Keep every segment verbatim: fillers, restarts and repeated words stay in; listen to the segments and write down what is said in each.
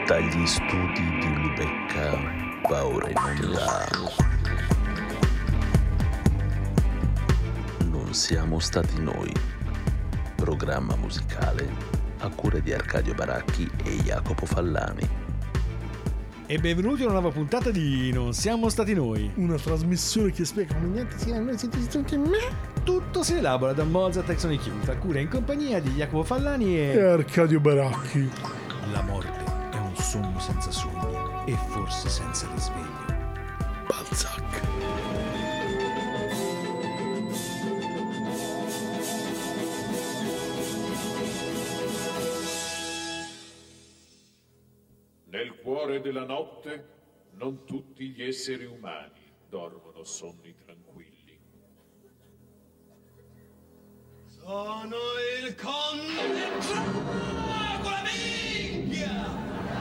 Dagli studi di Lubecca va ora in onda. Non siamo stati noi. Programma musicale a cura di Arcadio Baracchi e Jacopo Fallani. E benvenuti a una nuova puntata di Non siamo stati noi. Una trasmissione che spiega come niente sia noi siete tutti me. Tutto si elabora da Mozart Exxon e Chiuta, a cura in compagnia di Jacopo Fallani e... e Arcadio Baracchi. La morte è un sonno senza sogni e forse senza risveglio. Balzac. Nel cuore della notte non tutti gli esseri umani dormono sonni tranquilli. Sono il conte Dracula, minchia!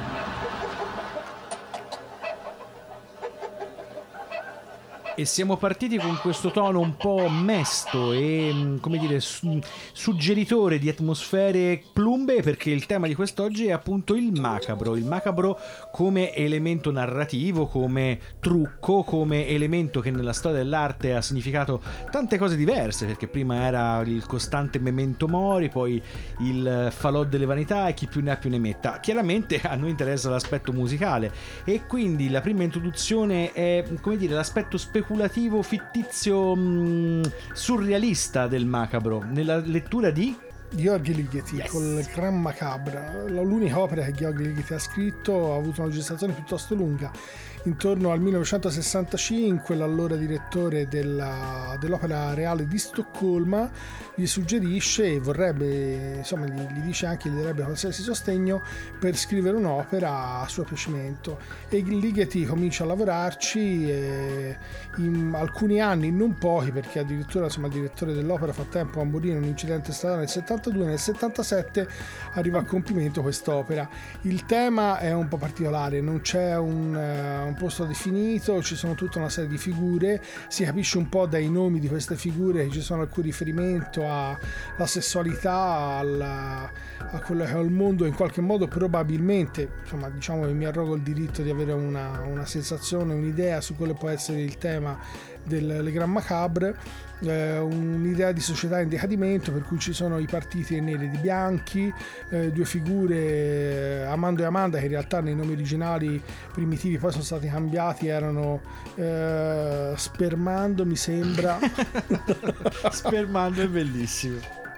E siamo partiti con questo tono un po' mesto e, come dire, su- suggeritore di atmosfere plumbe, perché il tema di quest'oggi è appunto il macabro. Il macabro come elemento narrativo, come trucco, come elemento che nella storia dell'arte ha significato tante cose diverse, perché prima era il costante memento mori, poi il falò delle vanità e chi più ne ha più ne metta. Chiaramente a noi interessa l'aspetto musicale e quindi la prima introduzione è, come dire, l'aspetto speculativo, fittizio, mh, surrealista del macabro nella lettura di Gheorghi Ligeti, Yes. con il Gran Macabre, l'unica opera che Gheorghi Ligeti ha scritto. Ha avuto una gestazione piuttosto lunga. Intorno al millenovecentosessantacinque l'allora direttore della, dell'Opera Reale di Stoccolma gli suggerisce e vorrebbe, insomma gli, gli dice anche gli darebbe qualsiasi sostegno per scrivere un'opera a suo piacimento, e Ligeti comincia a lavorarci e in alcuni anni, non pochi, perché addirittura insomma il direttore dell'opera fa tempo a morire in un incidente stradale nel settantadue. Nel settantasette arriva a compimento quest'opera. Il tema è un po' particolare, non c'è un, uh, un posto definito, ci sono tutta una serie di figure, si capisce un po' dai nomi di queste figure che ci sono alcun riferimento alla sessualità, alla, a quello che è il mondo. In qualche modo probabilmente, insomma, diciamo che mi arrogo il diritto di avere una, una sensazione, un'idea su quello che può essere il tema del Le Grand Macabre, eh, un'idea di società in decadimento per cui ci sono i partiti neri ed i bianchi, eh, due figure, eh, Amando e Amanda, che in realtà nei nomi originali primitivi poi sono stati cambiati, erano eh, Spermando, mi sembra. Spermando è bellissimo.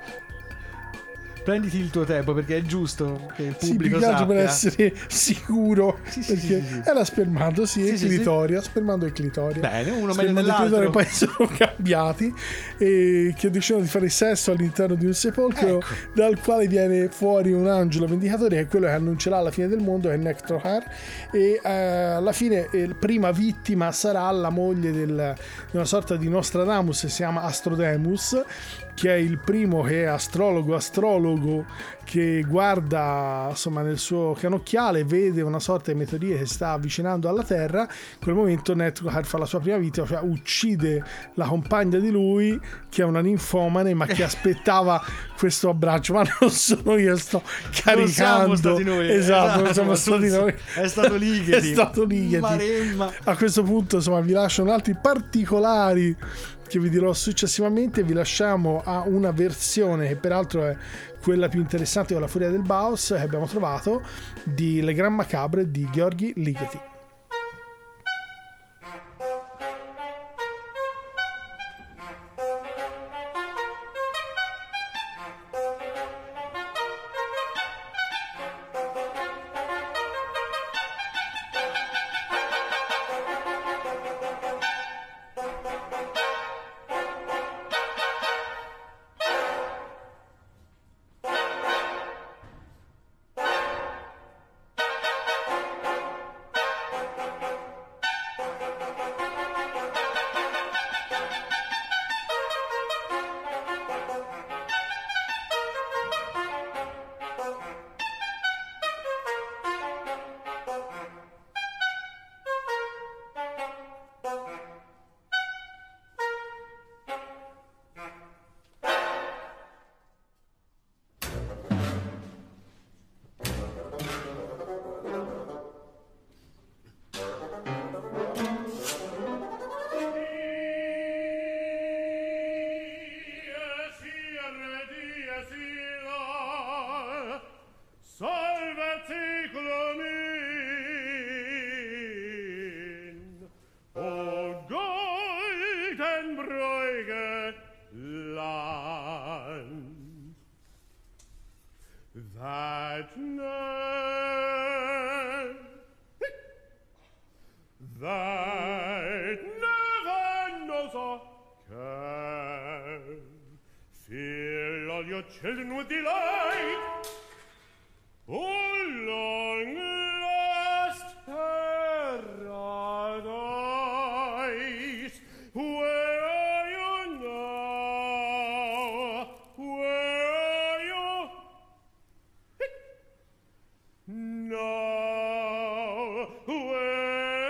Prenditi il tuo tempo, perché è giusto che il Sì, pubblico più che altro sappia. per essere sicuro, Sì, sì, perché sì, sì, sì. era Spermando, sì, Sì, e sì, Clitoria, Spermando e Clitoria. Bene, uno meglio Spermando e dell'altro. Clitoria poi sono cambiati, e che decidono di fare sesso all'interno di un sepolcro, Ecco. dal quale viene fuori un angelo vendicatore, che è quello che annuncerà la fine del mondo, che è Nectrohar, e eh, alla fine eh, la prima vittima sarà la moglie del, di una sorta di Nostradamus, che si chiama Astrodemus, che è il primo che è astrologo astrologo che guarda, insomma, nel suo canocchiale, vede una sorta di meteorite che sta avvicinando alla Terra. In quel momento Nectrohar fa la sua prima vittima, cioè uccide la compagna di lui, che è una ninfomane, ma che aspettava questo abbraccio. Ma non sono io, sto caricando. Non siamo stati noi. Esatto, non siamo stati noi. È stato Ligeti. È stato Ligeti. Maremma. A questo punto, insomma, vi lasciano altri particolari che vi dirò successivamente. Vi lasciamo a una versione che peraltro è quella più interessante, con la furia del Baus, che abbiamo trovato, di Le Grand Macabre di Gheorghi Ligeti. l'olio children with delight. Oh, long lost paradise, where are you now? Where are you now? Where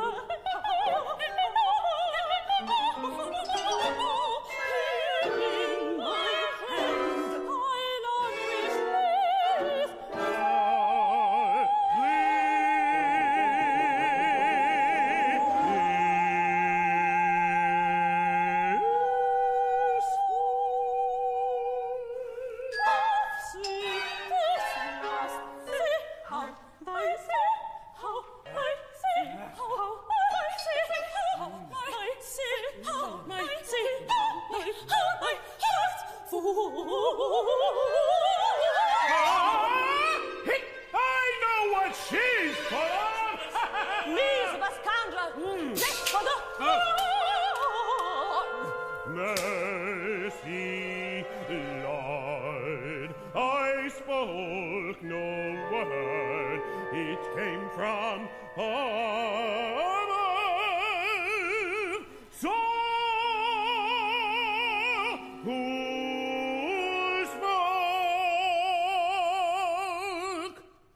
Oh, one above. So whose folk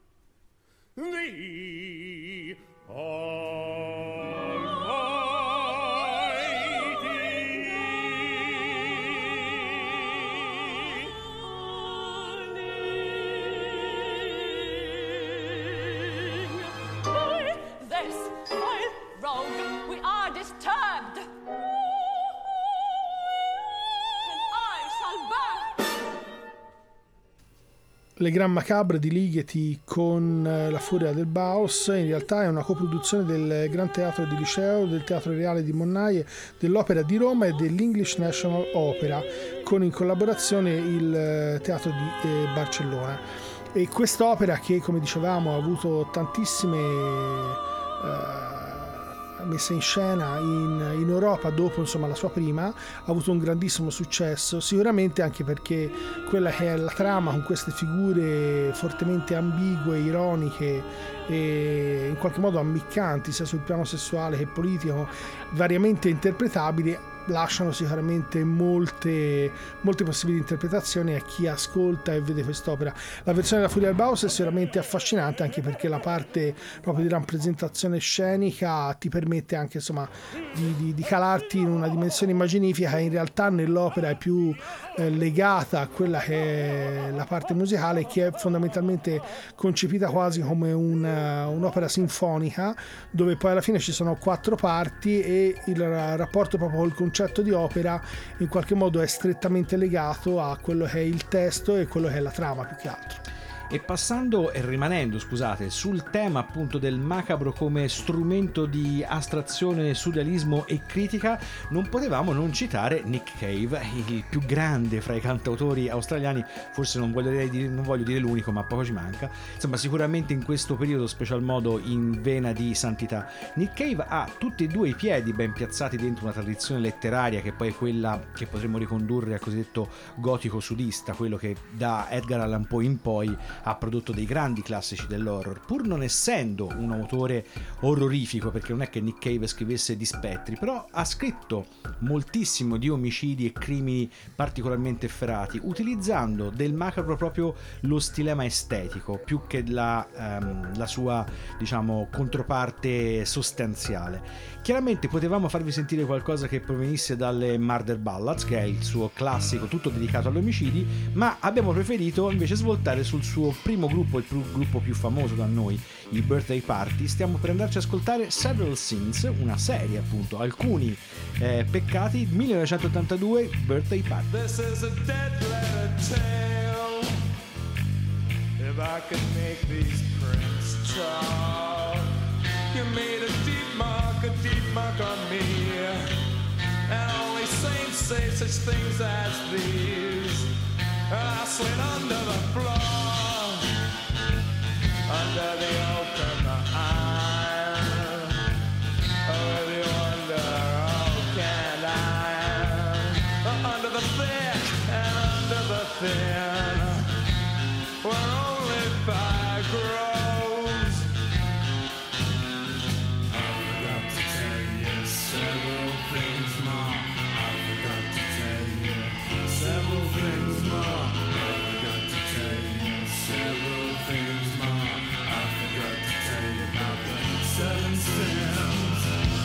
the we are disturbed. And I shall burn. Le Gran Macabre di Ligeti con La Furia del Baos in realtà è una coproduzione del Gran Teatro di Liceo, del Teatro Reale di Monnaie, dell'Opera di Roma e dell'English National Opera, con in collaborazione il Teatro di eh, Barcellona. E quest'opera, che come dicevamo ha avuto tantissime eh, messa in scena in, in Europa dopo insomma la sua prima, ha avuto un grandissimo successo, sicuramente anche perché quella che è la trama, con queste figure fortemente ambigue, ironiche e in qualche modo ammiccanti sia sul piano sessuale che politico, variamente interpretabili, lasciano sicuramente molte, molte possibili interpretazioni a chi ascolta e vede quest'opera. La versione della Furia del Baos è sicuramente affascinante, anche perché la parte proprio di rappresentazione scenica ti permette anche insomma di, di, di calarti in una dimensione immaginifica. In realtà nell'opera è più eh, legata a quella che è la parte musicale, che è fondamentalmente concepita quasi come una, un'opera sinfonica, dove poi alla fine ci sono quattro parti e il rapporto proprio col concetto di opera in qualche modo è strettamente legato a quello che è il testo e quello che è la trama, più che altro. E passando e rimanendo, scusate, sul tema appunto del macabro come strumento di astrazione, surrealismo e critica, non potevamo non citare Nick Cave, il più grande fra i cantautori australiani, forse non voglio dire, non voglio dire l'unico, ma poco ci manca. Insomma, sicuramente in questo periodo, special modo in vena di santità. Nick Cave ha tutti e due i piedi ben piazzati dentro una tradizione letteraria che poi è quella che potremmo ricondurre al cosiddetto gotico sudista, quello che da Edgar Allan Poe in poi ha prodotto dei grandi classici dell'horror, pur non essendo un autore orrorifico, perché non è che Nick Cave scrivesse di spettri, però ha scritto moltissimo di omicidi e crimini particolarmente efferati, utilizzando del macabro proprio lo stilema estetico più che la, um, la sua, diciamo, controparte sostanziale. Chiaramente potevamo farvi sentire qualcosa che provenisse dalle Murder Ballads, che è il suo classico tutto dedicato agli omicidi, ma abbiamo preferito invece svoltare sul suo primo gruppo, il più, gruppo più famoso da noi, i Birthday Party. Stiamo per andarci ad ascoltare Several Sins, una serie appunto, alcuni eh, peccati, millenovecentottantadue, Birthday Party. This is a dead letter tale. If I could make these prints talk. You made a deep mark, a deep mark on me, and only saints say such things as these. I slid under the floor, under the open iron. Oh, if you wonder, oh, can I? Under the thick and under the thin, where only fire grows. I forgot to tell you several things more. I forgot to tell you several things more. I forgot to tell you several things more. I forgot to tell you about the seven sins.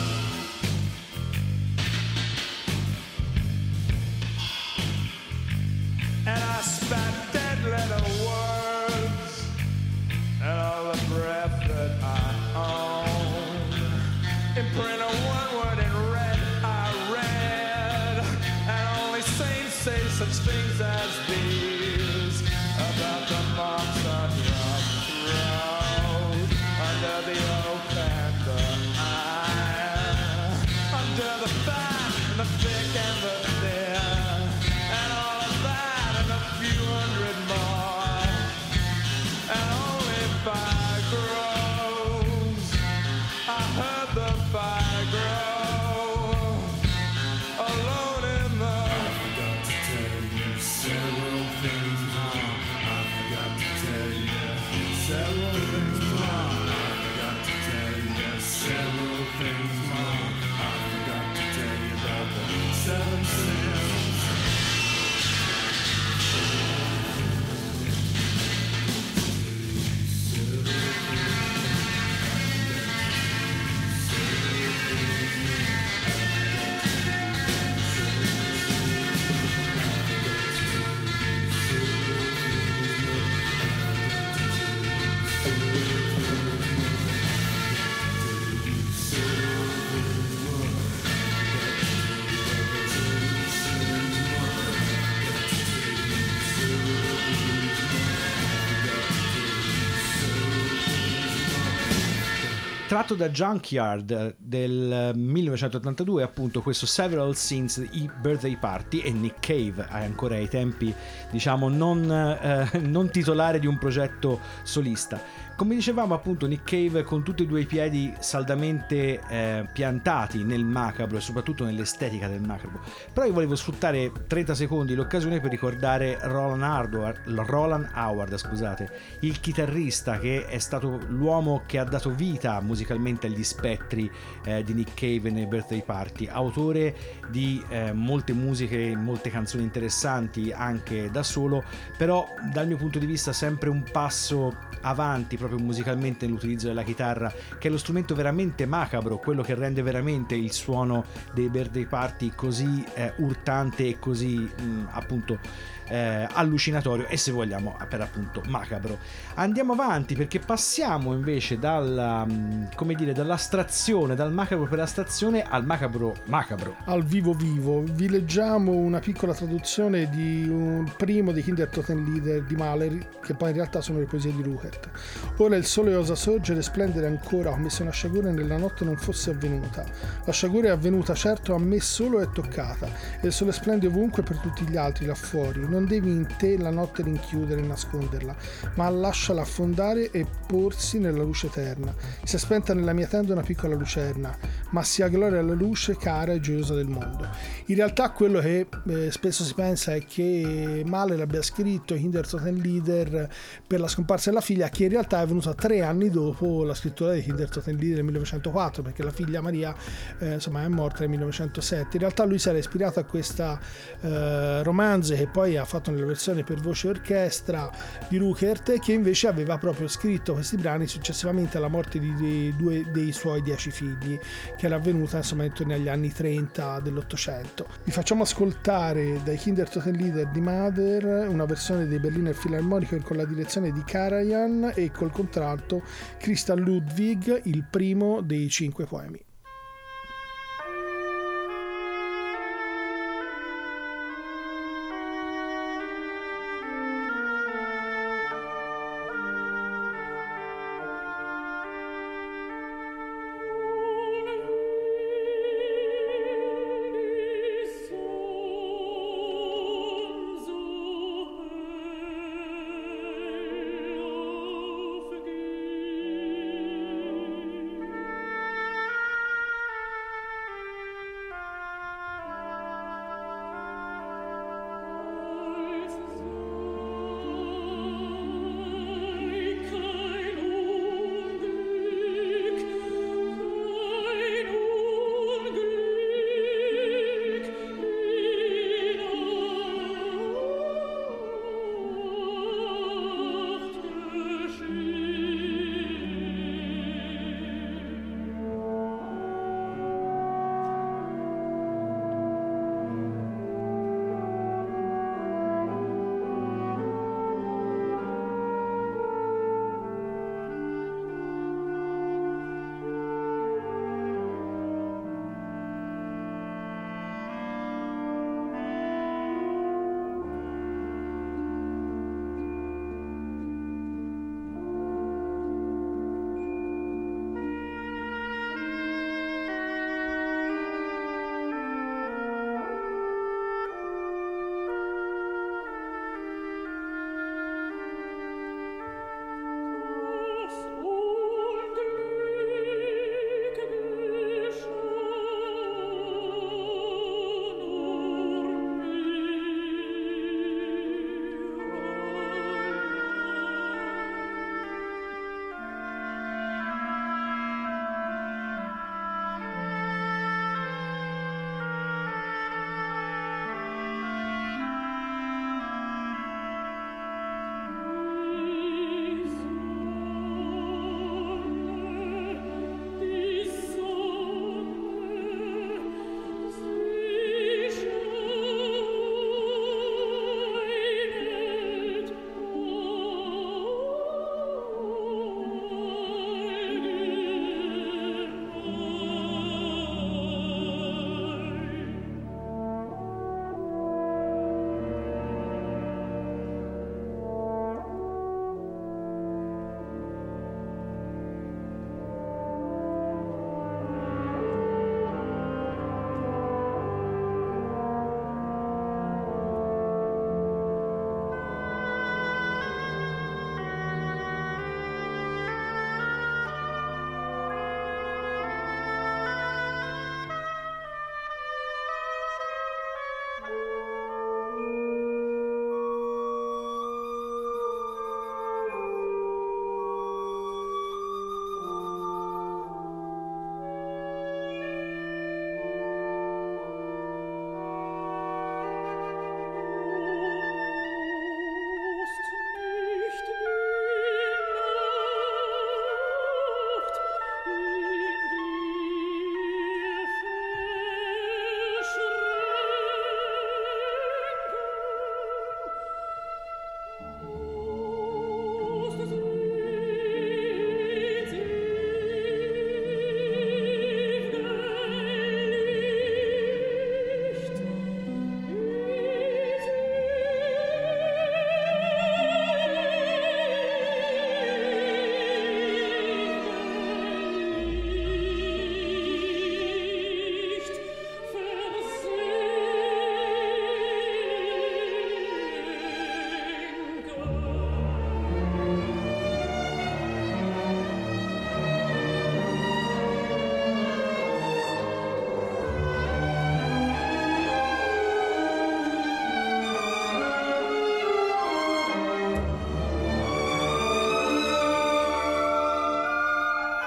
And I spat dead letter words and all the breath that I own. In print of one word in red I read, and only saints say such things as these about the marks on your throat, under the oak and the iron, under the fat and the thick and the thin, and all of that and a few hundred more, and only fire grows. I heard the fire grow alone in the. I forgot to tell you several things tratto da Junkyard del millenovecentottantadue, appunto questo Several Scenes, i Birthday Party, e Nick Cave ancora ai tempi, diciamo, non, eh, non titolare di un progetto solista. Come dicevamo, appunto, Nick Cave con tutti e due i piedi saldamente eh, piantati nel macabro e soprattutto nell'estetica del macabro. Però io volevo sfruttare trenta secondi l'occasione per ricordare Roland Howard, Roland Howard, scusate, il chitarrista che è stato l'uomo che ha dato vita musicalmente agli spettri eh, di Nick Cave nei Birthday Party, autore di eh, molte musiche, molte canzoni interessanti anche da solo, però dal mio punto di vista sempre un passo avanti proprio musicalmente nell'utilizzo della chitarra, che è lo strumento veramente macabro, quello che rende veramente il suono dei Birthday Party così eh, urtante e così mh, appunto eh, allucinatorio e, se vogliamo, per appunto macabro. Andiamo avanti, perché passiamo invece dalla, mh, come dire, dall'astrazione, dal macabro per astrazione al macabro macabro. Al vivo vivo. Vi leggiamo una piccola traduzione di un primo dei Kindertotenlieder di Mahler, che poi in realtà sono le poesie di Ruckert. Ora il sole osa sorgere e splendere ancora come se una sciagura nella notte non fosse avvenuta. La sciagura è avvenuta, certo, a me solo è toccata, e il sole splende ovunque per tutti gli altri là fuori. Non devi in te la notte rinchiudere e nasconderla, ma lasciala affondare e porsi nella luce eterna. Si è spenta nella mia tenda una piccola lucerna, ma sia gloria alla luce cara e gioiosa del mondo. In realtà quello che eh, spesso si pensa è che Mahler abbia scritto Kindertotenlieder per la scomparsa della figlia, che in realtà è venuta tre anni dopo la scrittura di Kindertotenlieder nel millenovecentoquattro, perché la figlia Maria eh, insomma è morta nel millenovecentosette. In realtà lui si era ispirato a questa eh, romanze che poi ha fatto nella versione per voce e orchestra di Ruckert, che invece aveva proprio scritto questi brani successivamente alla morte di, di due dei suoi dieci figli, che era avvenuta insomma intorno agli anni trenta dell'Ottocento. Vi facciamo ascoltare dai Kindertotenlieder di Mahler una versione dei Berliner Philharmoniker con la direzione di Karajan e col contralto Christian Ludwig, il primo dei cinque poemi.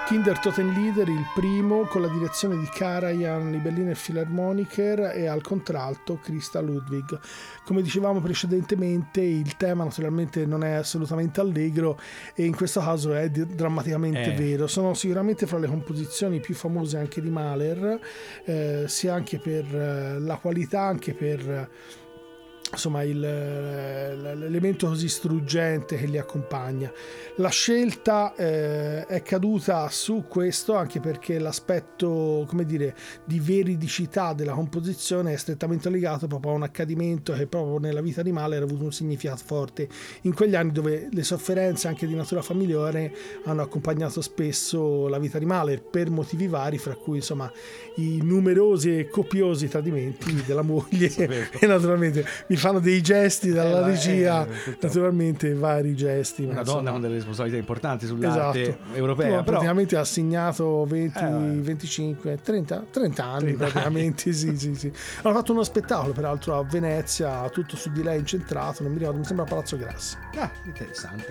Kindertotenlieder, il primo, con la direzione di Karajan, i Berliner Philharmoniker, e al contralto Christa Ludwig. Come dicevamo precedentemente, il tema naturalmente non è assolutamente allegro, e in questo caso è drammaticamente eh. vero. Sono sicuramente fra le composizioni più famose anche di Mahler, eh, sia anche per eh, la qualità, anche per insomma il, l'elemento così struggente che li accompagna. La scelta eh, è caduta su questo anche perché l'aspetto, come dire, di veridicità della composizione è strettamente legato proprio a un accadimento che proprio nella vita di Mahler ha avuto un significato forte in quegli anni, dove le sofferenze anche di natura familiare hanno accompagnato spesso la vita di Mahler per motivi vari, fra cui insomma i numerosi e copiosi tradimenti della moglie e naturalmente mi fanno dei gesti dalla eh, regia, eh, naturalmente vari gesti. Una insomma, donna con delle responsabilità importanti sull'arte esatto. europea, no, però praticamente ha segnato venti, eh, venticinque, trenta, trenta anni trenta praticamente. Sì, sì, sì. Hanno fatto uno spettacolo peraltro a Venezia, tutto su di lei incentrato, non mi ricordo, mi sembra Palazzo Grassi. Ah, interessante.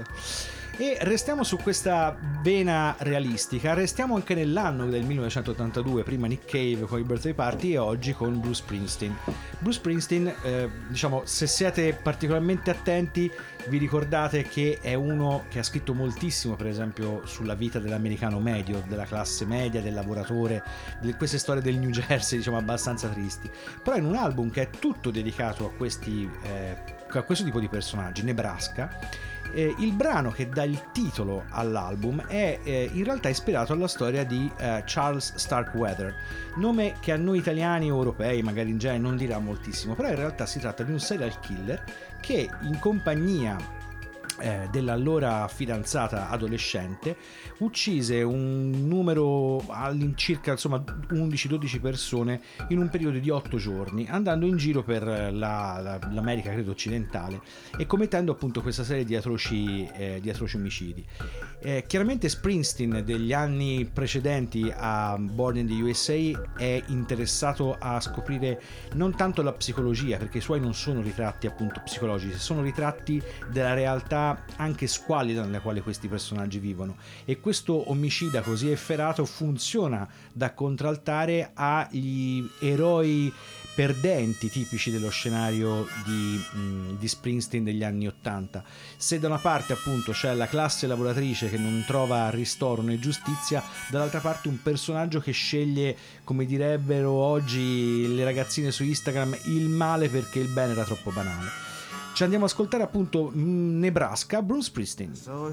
E restiamo su questa vena realistica, restiamo anche nell'anno del millenovecentottantadue, prima Nick Cave con i Birthday Party e oggi con Bruce Springsteen. Bruce Springsteen, eh, diciamo, se siete particolarmente attenti vi ricordate che è uno che ha scritto moltissimo, per esempio, sulla vita dell'americano medio, della classe media, del lavoratore, di queste storie del New Jersey, diciamo, abbastanza tristi. Però in un album che è tutto dedicato a questi eh, a questo tipo di personaggi, Nebraska, Eh, il brano che dà il titolo all'album è eh, in realtà ispirato alla storia di eh, Charles Starkweather, nome che a noi italiani o europei magari in genere non dirà moltissimo, però in realtà si tratta di un serial killer che in compagnia Eh, dell'allora fidanzata adolescente uccise un numero all'incirca insomma undici dodici persone in un periodo di otto giorni, andando in giro per la, la, l'America credo occidentale e commettendo appunto questa serie di atroci, eh, di atroci omicidi. Eh, chiaramente Springsteen degli anni precedenti a Born in the U S A è interessato a scoprire non tanto la psicologia, perché i suoi non sono ritratti appunto psicologici, sono ritratti della realtà anche squallida nella quale questi personaggi vivono, e questo omicida così efferato funziona da contraltare agli eroi perdenti tipici dello scenario di, mh, di Springsteen degli anni ottanta. Se da una parte appunto c'è la classe lavoratrice che non trova ristoro né giustizia, dall'altra parte un personaggio che sceglie, come direbbero oggi le ragazzine su Instagram, il male perché il bene era troppo banale. Ci andiamo ad ascoltare appunto Nebraska, Bruce Springsteen. Saw her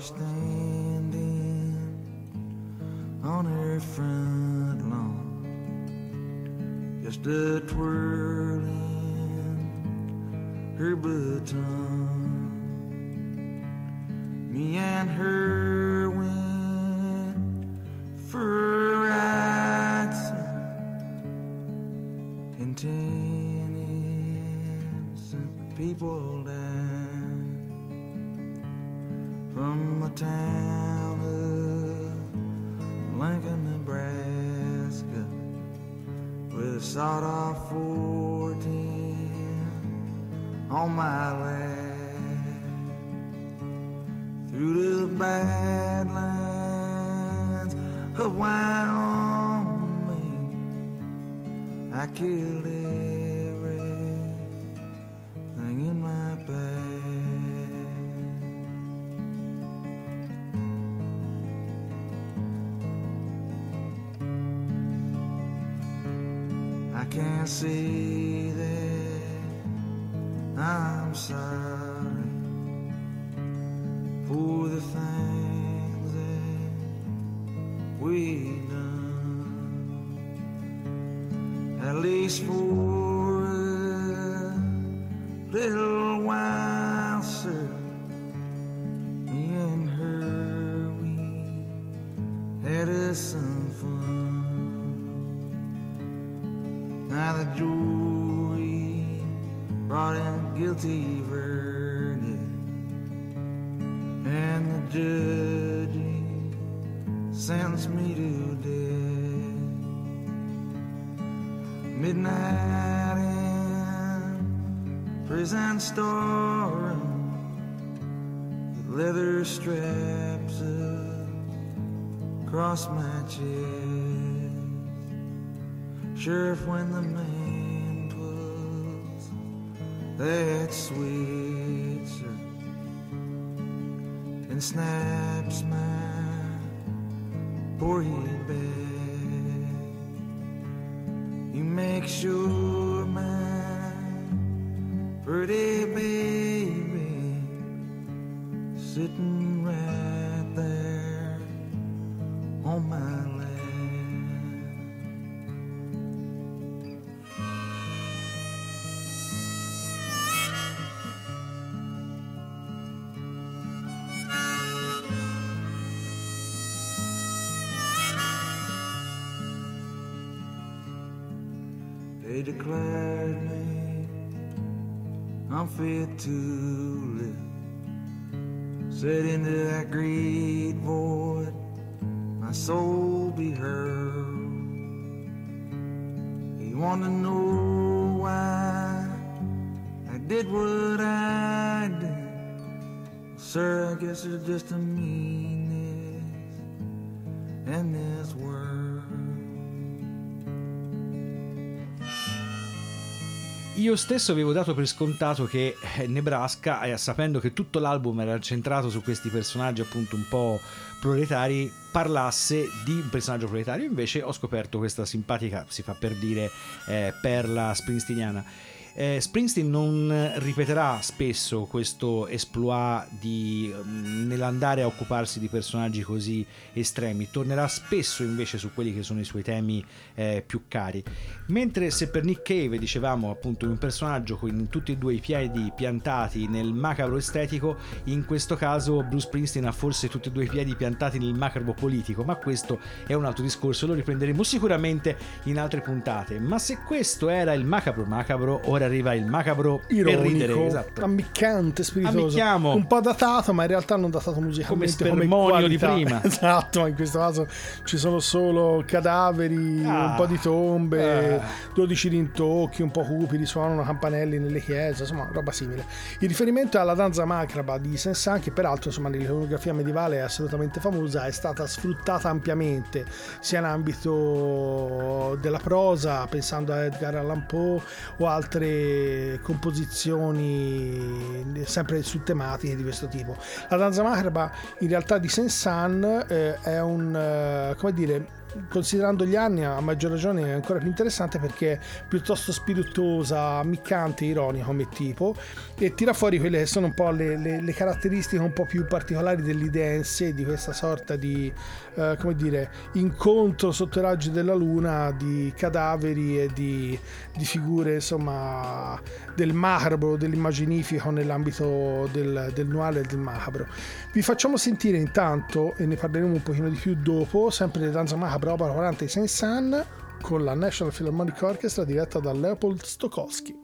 standing on her front lawn, just a twirling her baton. Me and her went for rides in ten innocent people died. From a town of Lincoln, Nebraska, with a sawed-off fourteen on my lap, through the badlands of Wyoming, I killed everything in my path. I can't say that I'm sorry for the things that we've done, at least for a little while, sir. Me and her, we had us some fun. Now the jury brought in a guilty verdict, and the judge sentenced me to death. Midnight in prison storeroom, with leather straps of across my chest. Sheriff, when the man pulls that switcher and snaps my poor head back, you make sure my pretty baby sitting right there on my lap. They declared me unfit to live. Said into that great void my soul be heard. He wanted to know why I did what I did. Sir, I guess there's just a meanness in this world. Io stesso avevo dato per scontato che Nebraska, eh, sapendo che tutto l'album era centrato su questi personaggi appunto un po' proletari, parlasse di un personaggio proletario. Invece ho scoperto questa simpatica, si fa per dire, eh, perla springsteeniana. Eh, Springsteen non ripeterà spesso questo exploit di um, nell'andare a occuparsi di personaggi così estremi, tornerà spesso invece su quelli che sono i suoi temi eh, più cari. Mentre se per Nick Cave dicevamo appunto un personaggio con tutti e due i piedi piantati nel macabro estetico, in questo caso Bruce Springsteen ha forse tutti e due i piedi piantati nel macabro politico, ma questo è un altro discorso, lo riprenderemo sicuramente in altre puntate. Ma se questo era il macabro macabro, ora arriva il macabro ironico, per ridere, esatto. ammiccante, spiritoso, Ammicchiamo. un po' datato, ma in realtà non datato musicalmente come spermonio di prima. Esatto, ma in questo caso ci sono solo cadaveri, ah, un po' di tombe, ah. dodici rintocchi, un po' cupi, risuonano campanelli nelle chiese, insomma roba simile. Il riferimento è alla danza macabra di Saint-Saëns, che peraltro insomma nell'iconografia medievale è assolutamente famosa, è stata sfruttata ampiamente sia in ambito della prosa, pensando a Edgar Allan Poe o altre composizioni sempre su tematiche di questo tipo. La danza macabra in realtà di Saint-Saëns eh, è un eh, come dire, considerando gli anni a maggior ragione è ancora più interessante perché è piuttosto spiritosa, ammiccante, ironica come tipo, e tira fuori quelle che sono un po' le, le, le caratteristiche un po' più particolari dell'idea in sé di questa sorta di eh, come dire, incontro sotto i raggi della luna di cadaveri e di, di figure insomma del macabro, dell'immaginifico nell'ambito del, del noir e del macabro. Vi facciamo sentire intanto, e ne parleremo un pochino di più dopo, sempre di danza macabra opera quaranta di Saint-Saëns con la National Philharmonic Orchestra diretta da Leopold Stokowski.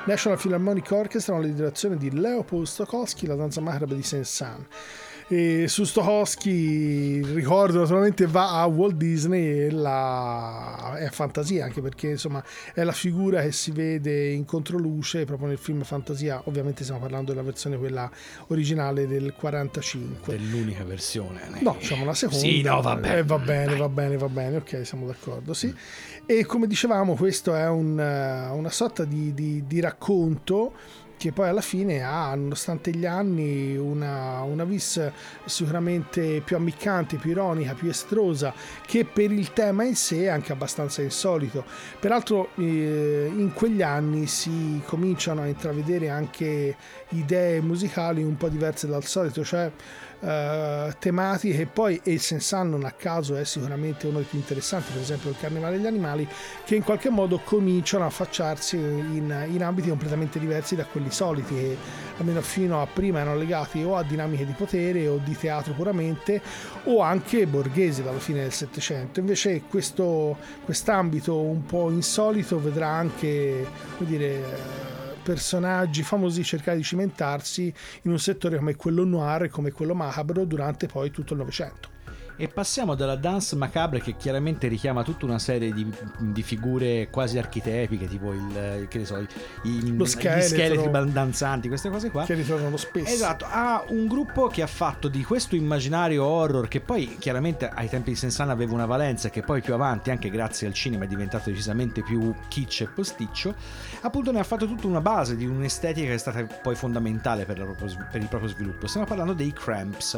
National Philharmonic Orchestra con la direzione di Leopold Stokowski, la danza macabra di Saint-Saëns. E su Stokowski il ricordo naturalmente va a Walt Disney e la... è fantasia, anche perché insomma è la figura che si vede in controluce proprio nel film Fantasia. Ovviamente stiamo parlando della versione quella originale del quarantacinque, dell'unica versione, no, diciamo la seconda. Sì, no, va bene, eh, va bene, va bene, va bene, ok, siamo d'accordo, sì. E come dicevamo, questo è un, una sorta di, di, di racconto che poi alla fine ha, nonostante gli anni, una, una vis sicuramente più ammiccante, più ironica, più estrosa, che per il tema in sé è anche abbastanza insolito. Peraltro eh, in quegli anni si cominciano a intravedere anche idee musicali un po' diverse dal solito, cioè Uh, tematiche, e poi e Saint-Saëns non a caso è sicuramente uno dei più interessanti, per esempio il Carnevale degli Animali, che in qualche modo cominciano a affacciarsi in, in ambiti completamente diversi da quelli soliti, che almeno fino a prima erano legati o a dinamiche di potere o di teatro puramente, o anche borghesi dalla fine del Settecento. Invece questo quest'ambito un po' insolito vedrà anche, come dire, personaggi famosi cercare di cimentarsi in un settore come quello noir e come quello macabro durante poi tutto il Novecento. E passiamo dalla danse macabre, che chiaramente richiama tutta una serie di, di figure quasi archetipiche, tipo il, che ne so, i, lo scheletro, gli scheletri danzanti, queste cose qua, che ritornano spesso. Esatto, ha un gruppo che ha fatto di questo immaginario horror, che poi chiaramente ai tempi di Saint-Saëns aveva una valenza, che poi più avanti, anche grazie al cinema, è diventato decisamente più kitsch e posticcio. Appunto ne ha fatto tutta una base di un'estetica che è stata poi fondamentale per, la proprio, per il proprio sviluppo. Stiamo parlando dei Cramps,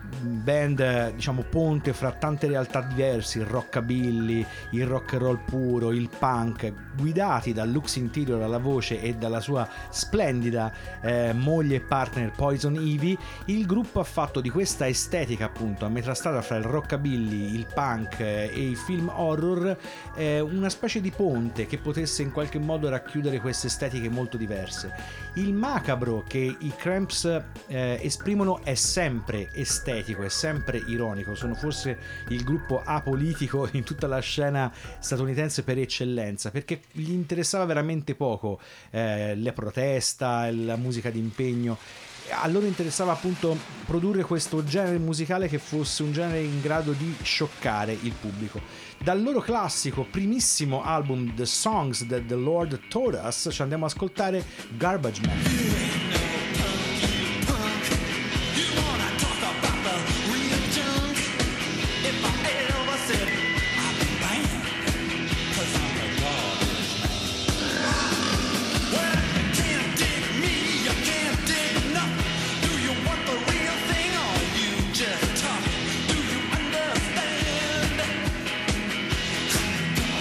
band diciamo ponte fra tante realtà diverse, il rockabilly, il rock and roll puro, il punk, guidati da Lux Interior alla voce e dalla sua splendida eh, moglie e partner Poison Ivy. Il gruppo ha fatto di questa estetica, appunto a metà strada fra il rockabilly, il punk eh, e il film horror, eh, una specie di ponte che potesse in qualche modo racchiudere queste estetiche molto diverse. Il macabro che i Cramps eh, esprimono è sempre estetico, è sempre ironico, sono forse il gruppo apolitico in tutta la scena statunitense per eccellenza, perché gli interessava veramente poco eh, la protesta, la musica d'impegno. A loro interessava appunto produrre questo genere musicale che fosse un genere in grado di scioccare il pubblico. Dal loro classico primissimo album The Songs That the Lord Taught Us ci andiamo ad ascoltare Garbage Man.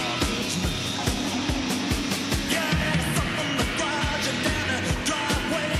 Driveway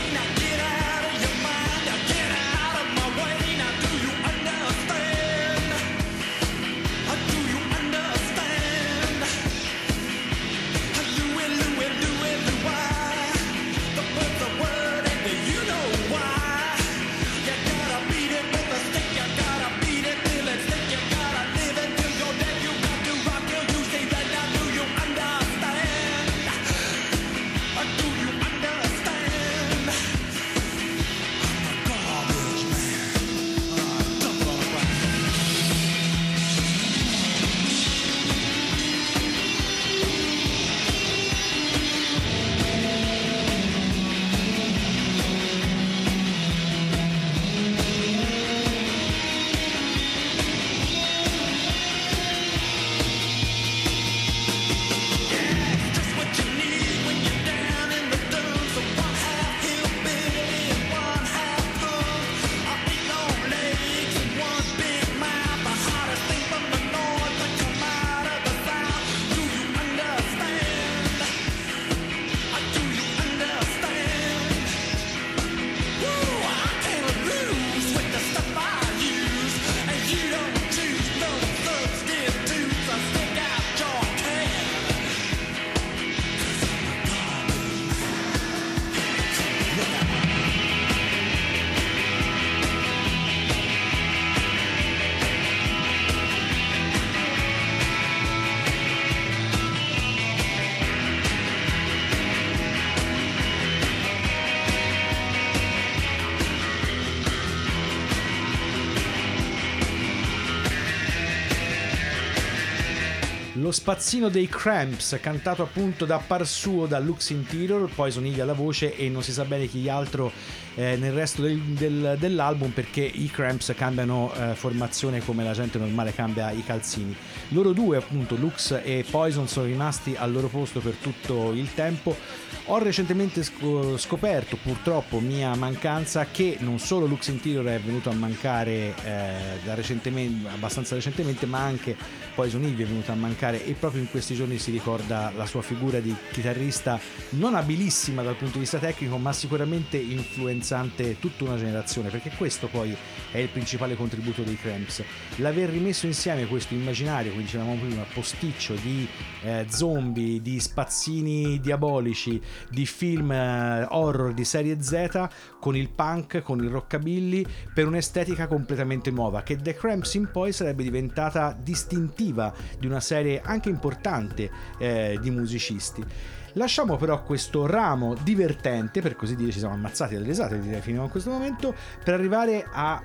Lo spazzino dei Cramps, cantato appunto da par suo, da Lux Interior, Poison Ivy alla voce e non si sa bene chi altro eh, nel resto del, del, dell'album, perché i Cramps cambiano eh, formazione come la gente normale cambia i calzini. Loro due appunto, Lux e Poison, sono rimasti al loro posto per tutto il tempo. Ho recentemente scoperto, purtroppo mia mancanza, che non solo Lux Interior è venuto a mancare eh, da recentemente, abbastanza recentemente, ma anche Poison Ivy è venuto a mancare, e proprio in questi giorni si ricorda la sua figura di chitarrista non abilissima dal punto di vista tecnico, ma sicuramente influenzante tutta una generazione, perché questo poi è il principale contributo dei Cramps, l'aver rimesso insieme questo immaginario, come dicevamo prima, posticcio di eh, zombie, di spazzini diabolici, di film eh, horror di serie Z, con il punk, con il rockabilly, per un'estetica completamente nuova che The Cramps in poi sarebbe diventata distintiva di una serie anche importante eh, di musicisti. Lasciamo però questo ramo divertente, per così dire, ci siamo ammazzati dalle risate, direi, fino a questo momento, per arrivare a,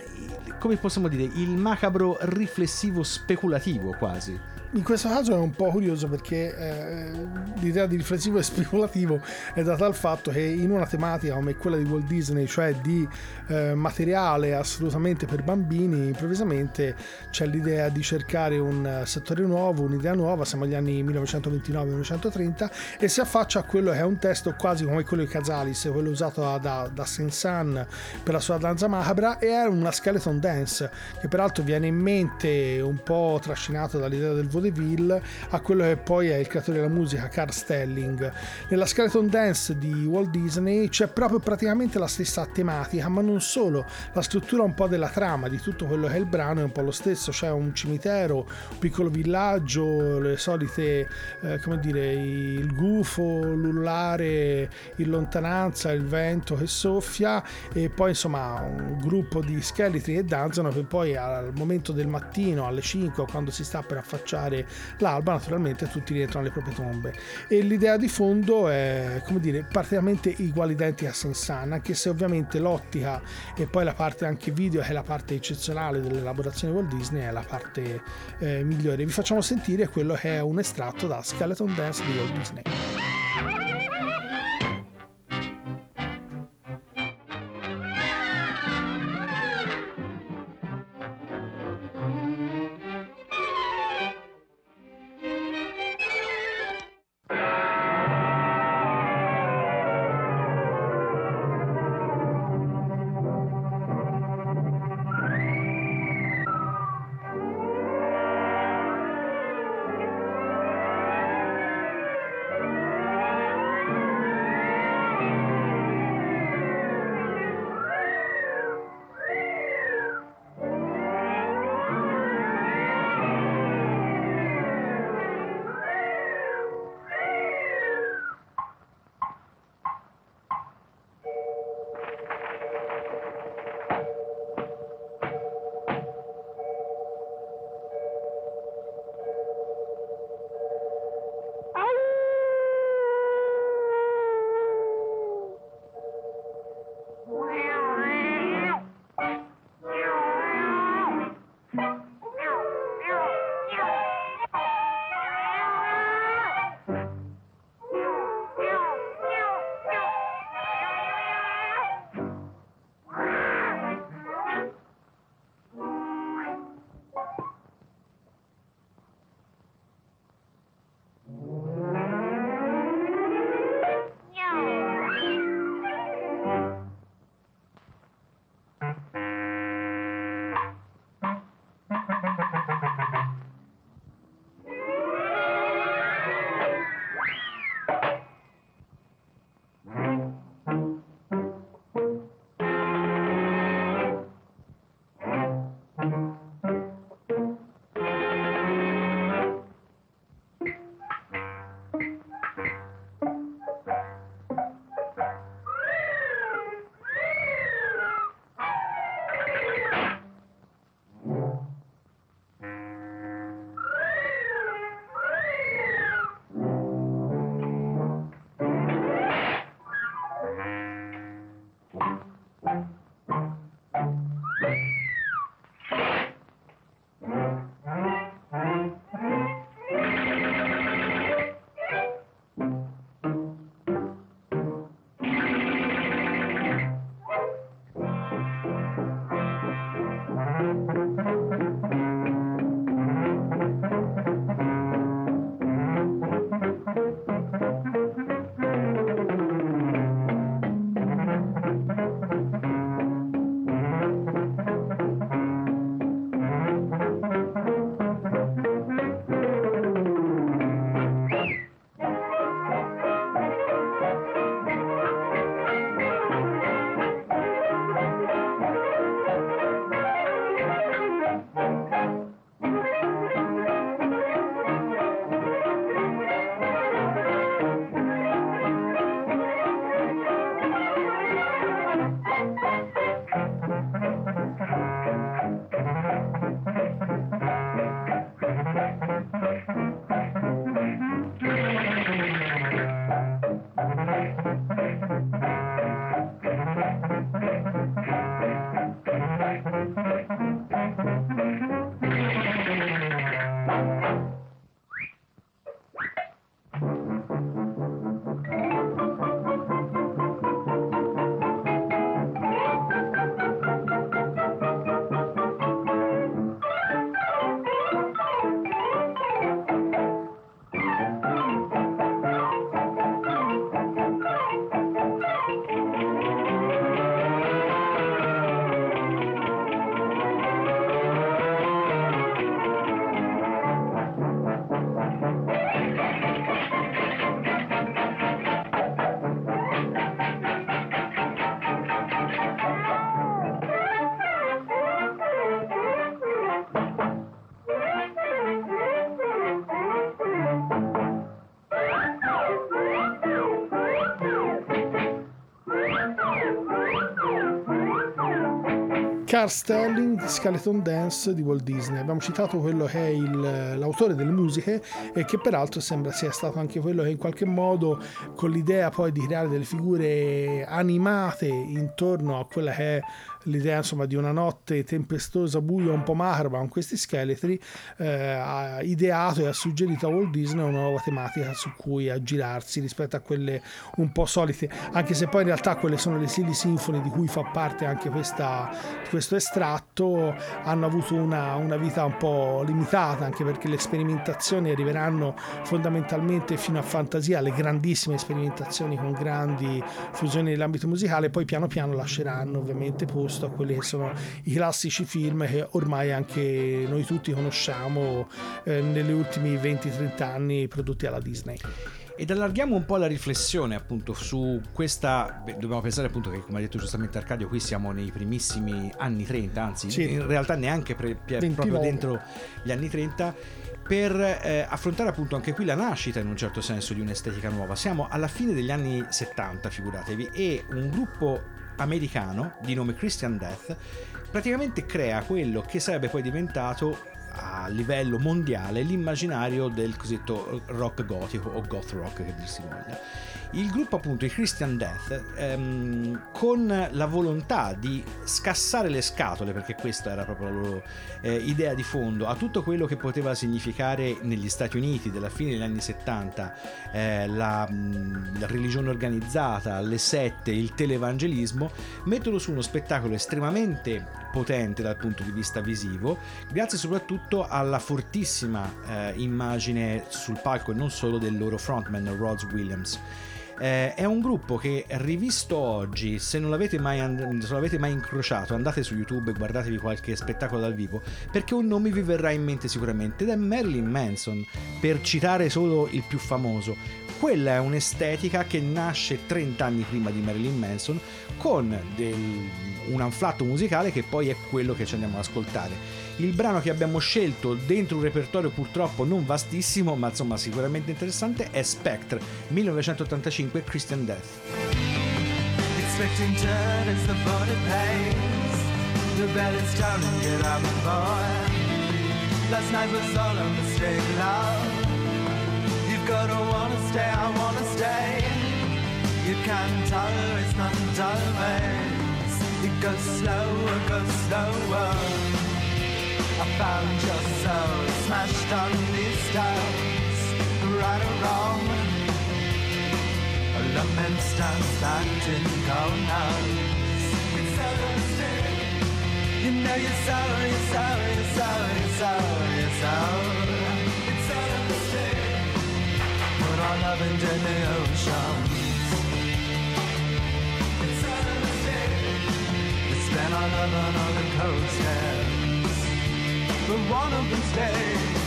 come possiamo dire, il macabro riflessivo speculativo quasi. In questo caso è un po' curioso perché eh, l'idea di riflessivo e speculativo è data dal fatto che in una tematica come quella di Walt Disney, cioè di eh, materiale assolutamente per bambini, improvvisamente c'è l'idea di cercare un settore nuovo, un'idea nuova, siamo agli anni millenovecentoventinove millenovecentotrenta, e si affaccia a quello che è un testo quasi come quello di Casalis, quello usato da, da Saint-Saëns per la sua danza macabra, e è una skeleton dance che peraltro viene in mente un po' trascinato dall'idea del vaudeville a quello che poi è il creatore della musica, Carl Stelling. Nella skeleton dance di Walt Disney c'è proprio praticamente la stessa tematica, ma non solo, la struttura un po' della trama di tutto quello che è il brano è un po' lo stesso, c'è un cimitero, un piccolo villaggio, le solite eh, come dire, il gufo, l'ullare in lontananza, il vento che soffia, e poi insomma un gruppo di scheletri che danzano, per poi al momento del mattino alle cinque, quando si sta per affacciare l'alba, naturalmente tutti rientrano alle proprie tombe. E l'idea di fondo è, come dire, praticamente uguale identica a Saint-Saëns, anche se ovviamente l'ottica e poi la parte anche video, che è la parte eccezionale dell'elaborazione di Walt Disney, è la parte eh, migliore. Vi facciamo sentire quello che è un estratto da Skeleton Dance di Walt Disney. Carl Sterling, Skeleton Dance di Walt Disney. Abbiamo citato quello che è il, l'autore delle musiche e che peraltro sembra sia stato anche quello che in qualche modo, con l'idea poi di creare delle figure animate intorno a quella che è l'idea insomma di una notte tempestosa, buia, un po' macabra con questi scheletri, eh, ha ideato e ha suggerito a Walt Disney una nuova tematica su cui aggirarsi rispetto a quelle un po' solite, anche se poi in realtà quelle sono le Silly Symphony di cui fa parte anche questa, questo estratto, hanno avuto una, una vita un po' limitata, anche perché le sperimentazioni arriveranno fondamentalmente fino a Fantasia, le grandissime sperimentazioni con grandi fusioni nell'ambito musicale, poi piano piano lasceranno ovviamente posto a quelli che sono i classici film che ormai anche noi tutti conosciamo eh, negli ultimi venti trenta anni prodotti alla Disney. Ed allarghiamo un po' la riflessione appunto su questa, beh, dobbiamo pensare appunto che, come ha detto giustamente Arcadio, qui siamo nei primissimi anni trenta, anzi sì, in realtà neanche pre, pre, proprio dentro gli anni trenta, per eh, affrontare appunto anche qui la nascita in un certo senso di un'estetica nuova. Siamo alla fine degli anni settanta, figuratevi, e un gruppo americano di nome Christian Death praticamente crea quello che sarebbe poi diventato a livello mondiale l'immaginario del cosiddetto rock gotico o goth rock, che dir si voglia. Il gruppo appunto, i Christian Death, ehm, con la volontà di scassare le scatole, perché questa era proprio la loro eh, idea di fondo, a tutto quello che poteva significare negli Stati Uniti della fine degli anni settanta eh, la, mh, la religione organizzata, le sette, il televangelismo, mettono su uno spettacolo estremamente potente dal punto di vista visivo, grazie soprattutto alla fortissima eh, immagine sul palco e non solo del loro frontman Rhodes Williams. Eh, è un gruppo che, rivisto oggi, se non l'avete mai, and- se non l'avete mai incrociato, andate su YouTube e guardatevi qualche spettacolo dal vivo, perché un nome vi verrà in mente sicuramente, ed è Marilyn Manson, per citare solo il più famoso. Quella è un'estetica che nasce trenta anni prima di Marilyn Manson, con del, un anflatto musicale che poi è quello che ci andiamo ad ascoltare. Il brano che abbiamo scelto dentro un repertorio purtroppo non vastissimo, ma insomma sicuramente interessante, è Spectre, millenovecentottantacinque, Christian Death. Expecting turn as the body pays. The bell is tolling, get up, boy. Last night was all a mistake, love. You've got to wanna stay, I wanna stay. You can't tolerate nothing tolerates. It goes slower, goes slower. I found your soul smashed on these stones, right or wrong. A lament stands back in corners. It's so mistake. You know you're sorry, you're sorry, you're sorry, you're sorry, you're sorry. It's so mistake. Put our love into the oceans. It's so mistake. We spent our love on all the coasters. But one of them stays.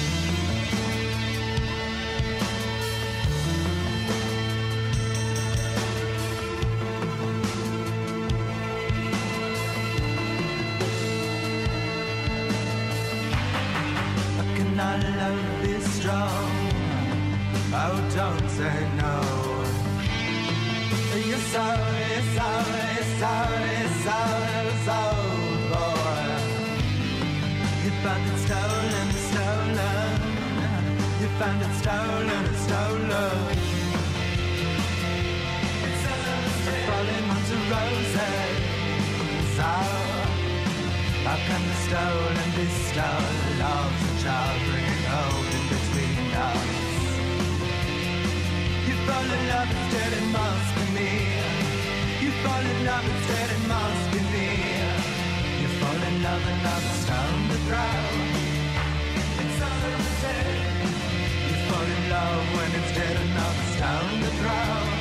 How can our love be strong? Oh, don't say no. You're sorry, you're sorry, you're sorry, you're sorry, you're sorry. You found it stolen, stolen. You found it stolen, stolen. It's falling onto roses. Oh, how can the stolen be stolen? Love's a child bringing hope in between us. You fall in love instead, it must be me. You fall in love instead, it must be me. Fall in love and love is stone to throw. It's all a mistake. You fall in love when it's dead enough, stone to throw.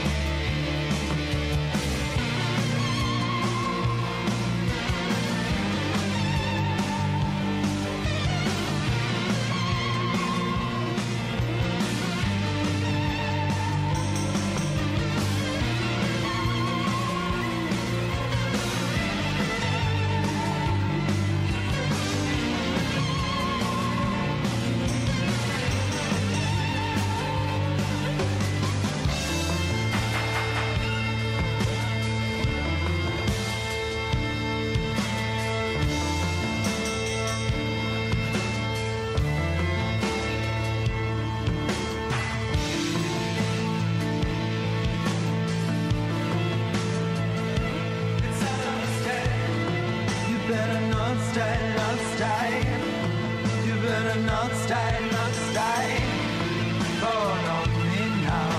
stay, not stay. You better not stay, not stay. Fall on me now.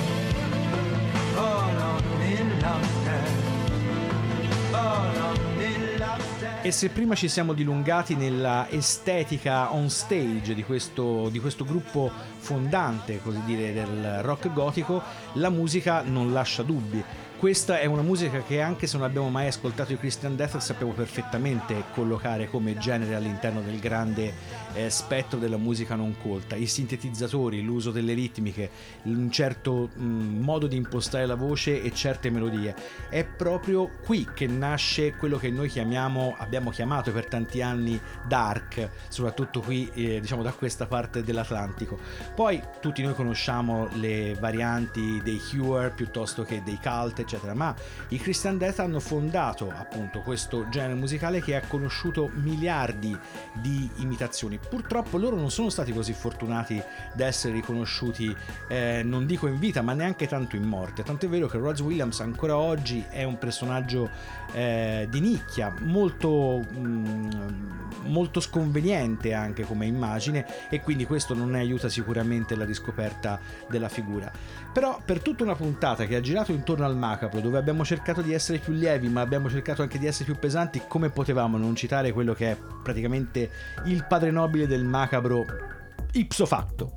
Fall on me now, stay. Fall on me now, stay. E se prima ci siamo dilungati nella estetica on stage di questo, di questo gruppo fondante, così dire, del rock gotico, la musica non lascia dubbi. Questa è una musica che, anche se non abbiamo mai ascoltato i Christian Death, sappiamo perfettamente collocare come genere all'interno del grande eh, spettro della musica non colta. I sintetizzatori, l'uso delle ritmiche, un certo mh, modo di impostare la voce e certe melodie. È proprio qui che nasce quello che noi chiamiamo, abbiamo chiamato per tanti anni dark, soprattutto qui eh, diciamo da questa parte dell'Atlantico. Poi tutti noi conosciamo le varianti dei Cure piuttosto che dei Cult, eccetera, ma i Christian Death hanno fondato appunto questo genere musicale che ha conosciuto miliardi di imitazioni. Purtroppo loro non sono stati così fortunati da essere riconosciuti, eh, non dico in vita, ma neanche tanto in morte. Tant'è vero che Rod Williams ancora oggi è un personaggio eh, di nicchia, molto mh, molto sconveniente anche come immagine, e quindi questo non ne aiuta sicuramente la riscoperta della figura. Però per tutta una puntata che ha girato intorno al macabro, dove abbiamo cercato di essere più lievi ma abbiamo cercato anche di essere più pesanti, come potevamo non citare quello che è praticamente il padre nobile del macabro ipso facto?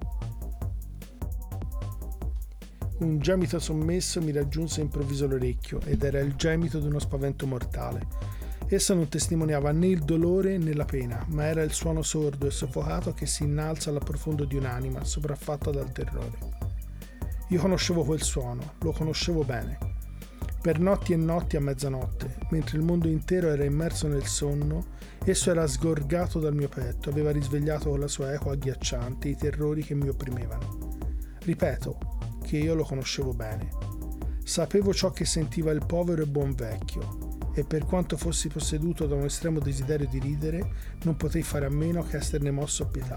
Un gemito sommesso mi raggiunse improvviso l'orecchio, ed era il gemito di uno spavento mortale. Esso non testimoniava né il dolore né la pena, ma era il suono sordo e soffocato che si innalza dal profondo di un'anima sopraffatta dal terrore. Io conoscevo quel suono, lo conoscevo bene. Per notti e notti a mezzanotte, mentre il mondo intero era immerso nel sonno, esso era sgorgato dal mio petto, aveva risvegliato con la sua eco agghiacciante i terrori che mi opprimevano. Ripeto che io lo conoscevo bene. Sapevo ciò che sentiva il povero e buon vecchio, e per quanto fossi posseduto da un estremo desiderio di ridere, non potei fare a meno che esserne mosso a pietà.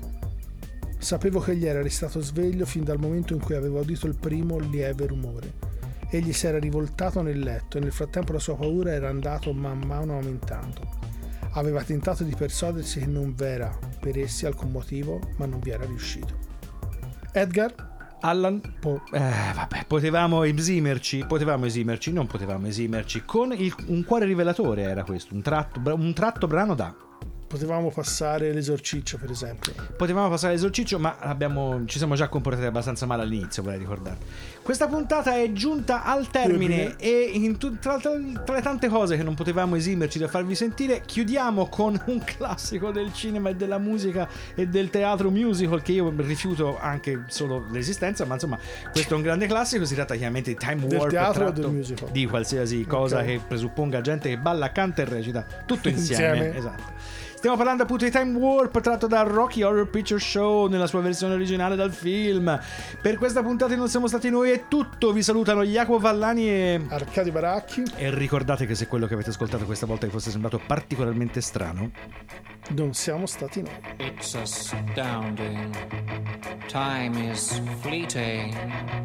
Sapevo che egli era restato sveglio fin dal momento in cui avevo udito il primo lieve rumore. Egli si era rivoltato nel letto e nel frattempo la sua paura era andato man mano aumentando. Aveva tentato di persuadersi che non v'era per essi alcun motivo, ma non vi era riuscito. Edgar? Allan, po- eh, vabbè, potevamo esimerci, potevamo esimerci, non potevamo esimerci con il, un cuore rivelatore, era questo, un tratto, un tratto brano da... Potevamo passare l'esorciccio, per esempio. Potevamo passare l'esorciccio, ma abbiamo, ci siamo già comportati abbastanza male all'inizio, vorrei ricordare. Questa puntata è giunta al termine e in tu, tra, tra, tra le tante cose che non potevamo esimerci da farvi sentire, chiudiamo con un classico del cinema e della musica e del teatro musical, che io rifiuto anche solo l'esistenza, ma insomma questo è un grande classico. Si tratta chiaramente di Time del Warp, teatro o del musical, di qualsiasi cosa okay. che presupponga gente che balla, canta e recita tutto insieme, insieme. Esatto. Stiamo parlando appunto di Time Warp, tratto da Rocky Horror Picture Show nella sua versione originale dal film. Per questa puntata non siamo stati noi, è tutto. Vi salutano Jacopo Vallani e Arcadio Baracchi. E ricordate che se quello che avete ascoltato questa volta vi fosse sembrato particolarmente strano, non siamo stati noi. It's astounding. Time is fleeting.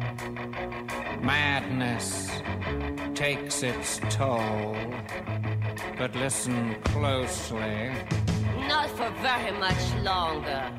Madness takes its toll. But listen closely. Not for very much longer.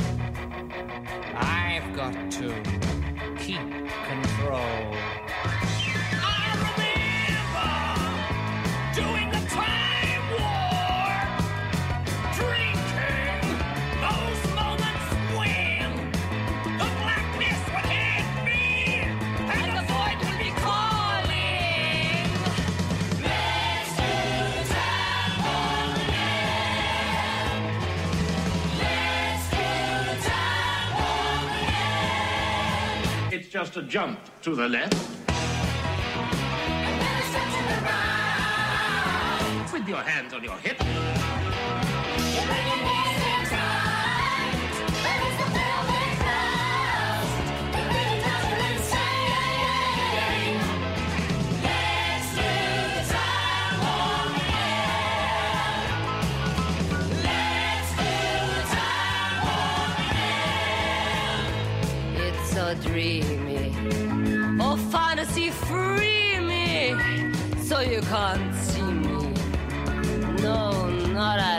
I've got to keep control. I remember doing the time war, drinking those moments when the blackness would hit me and the void would be calling. Let's do time war again. Let's do time war again. It's just a jump to the left. And then a step to the right. With your hands on your hips. You bring it nice and tight. But it's the velvet clouds. The rhythm does you insane. Let's do the time war again. Let's do the time war again. It's so dreamy. Oh, fantasy free me. So you can't see me. No, not at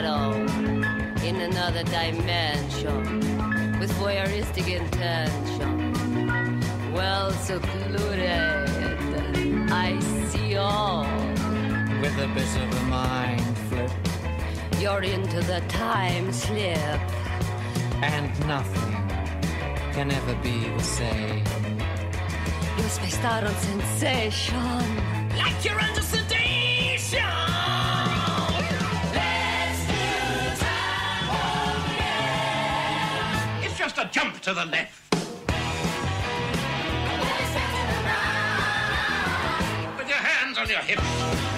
another dimension with voyeuristic intention. Well secluded, I see all. With a bit of a mind flip. You're into the time slip. And nothing can ever be the same. You're spaced out on sensation. Like you're under sedation. Let's do time again. It's just a jump to the left. With your hands on your hips.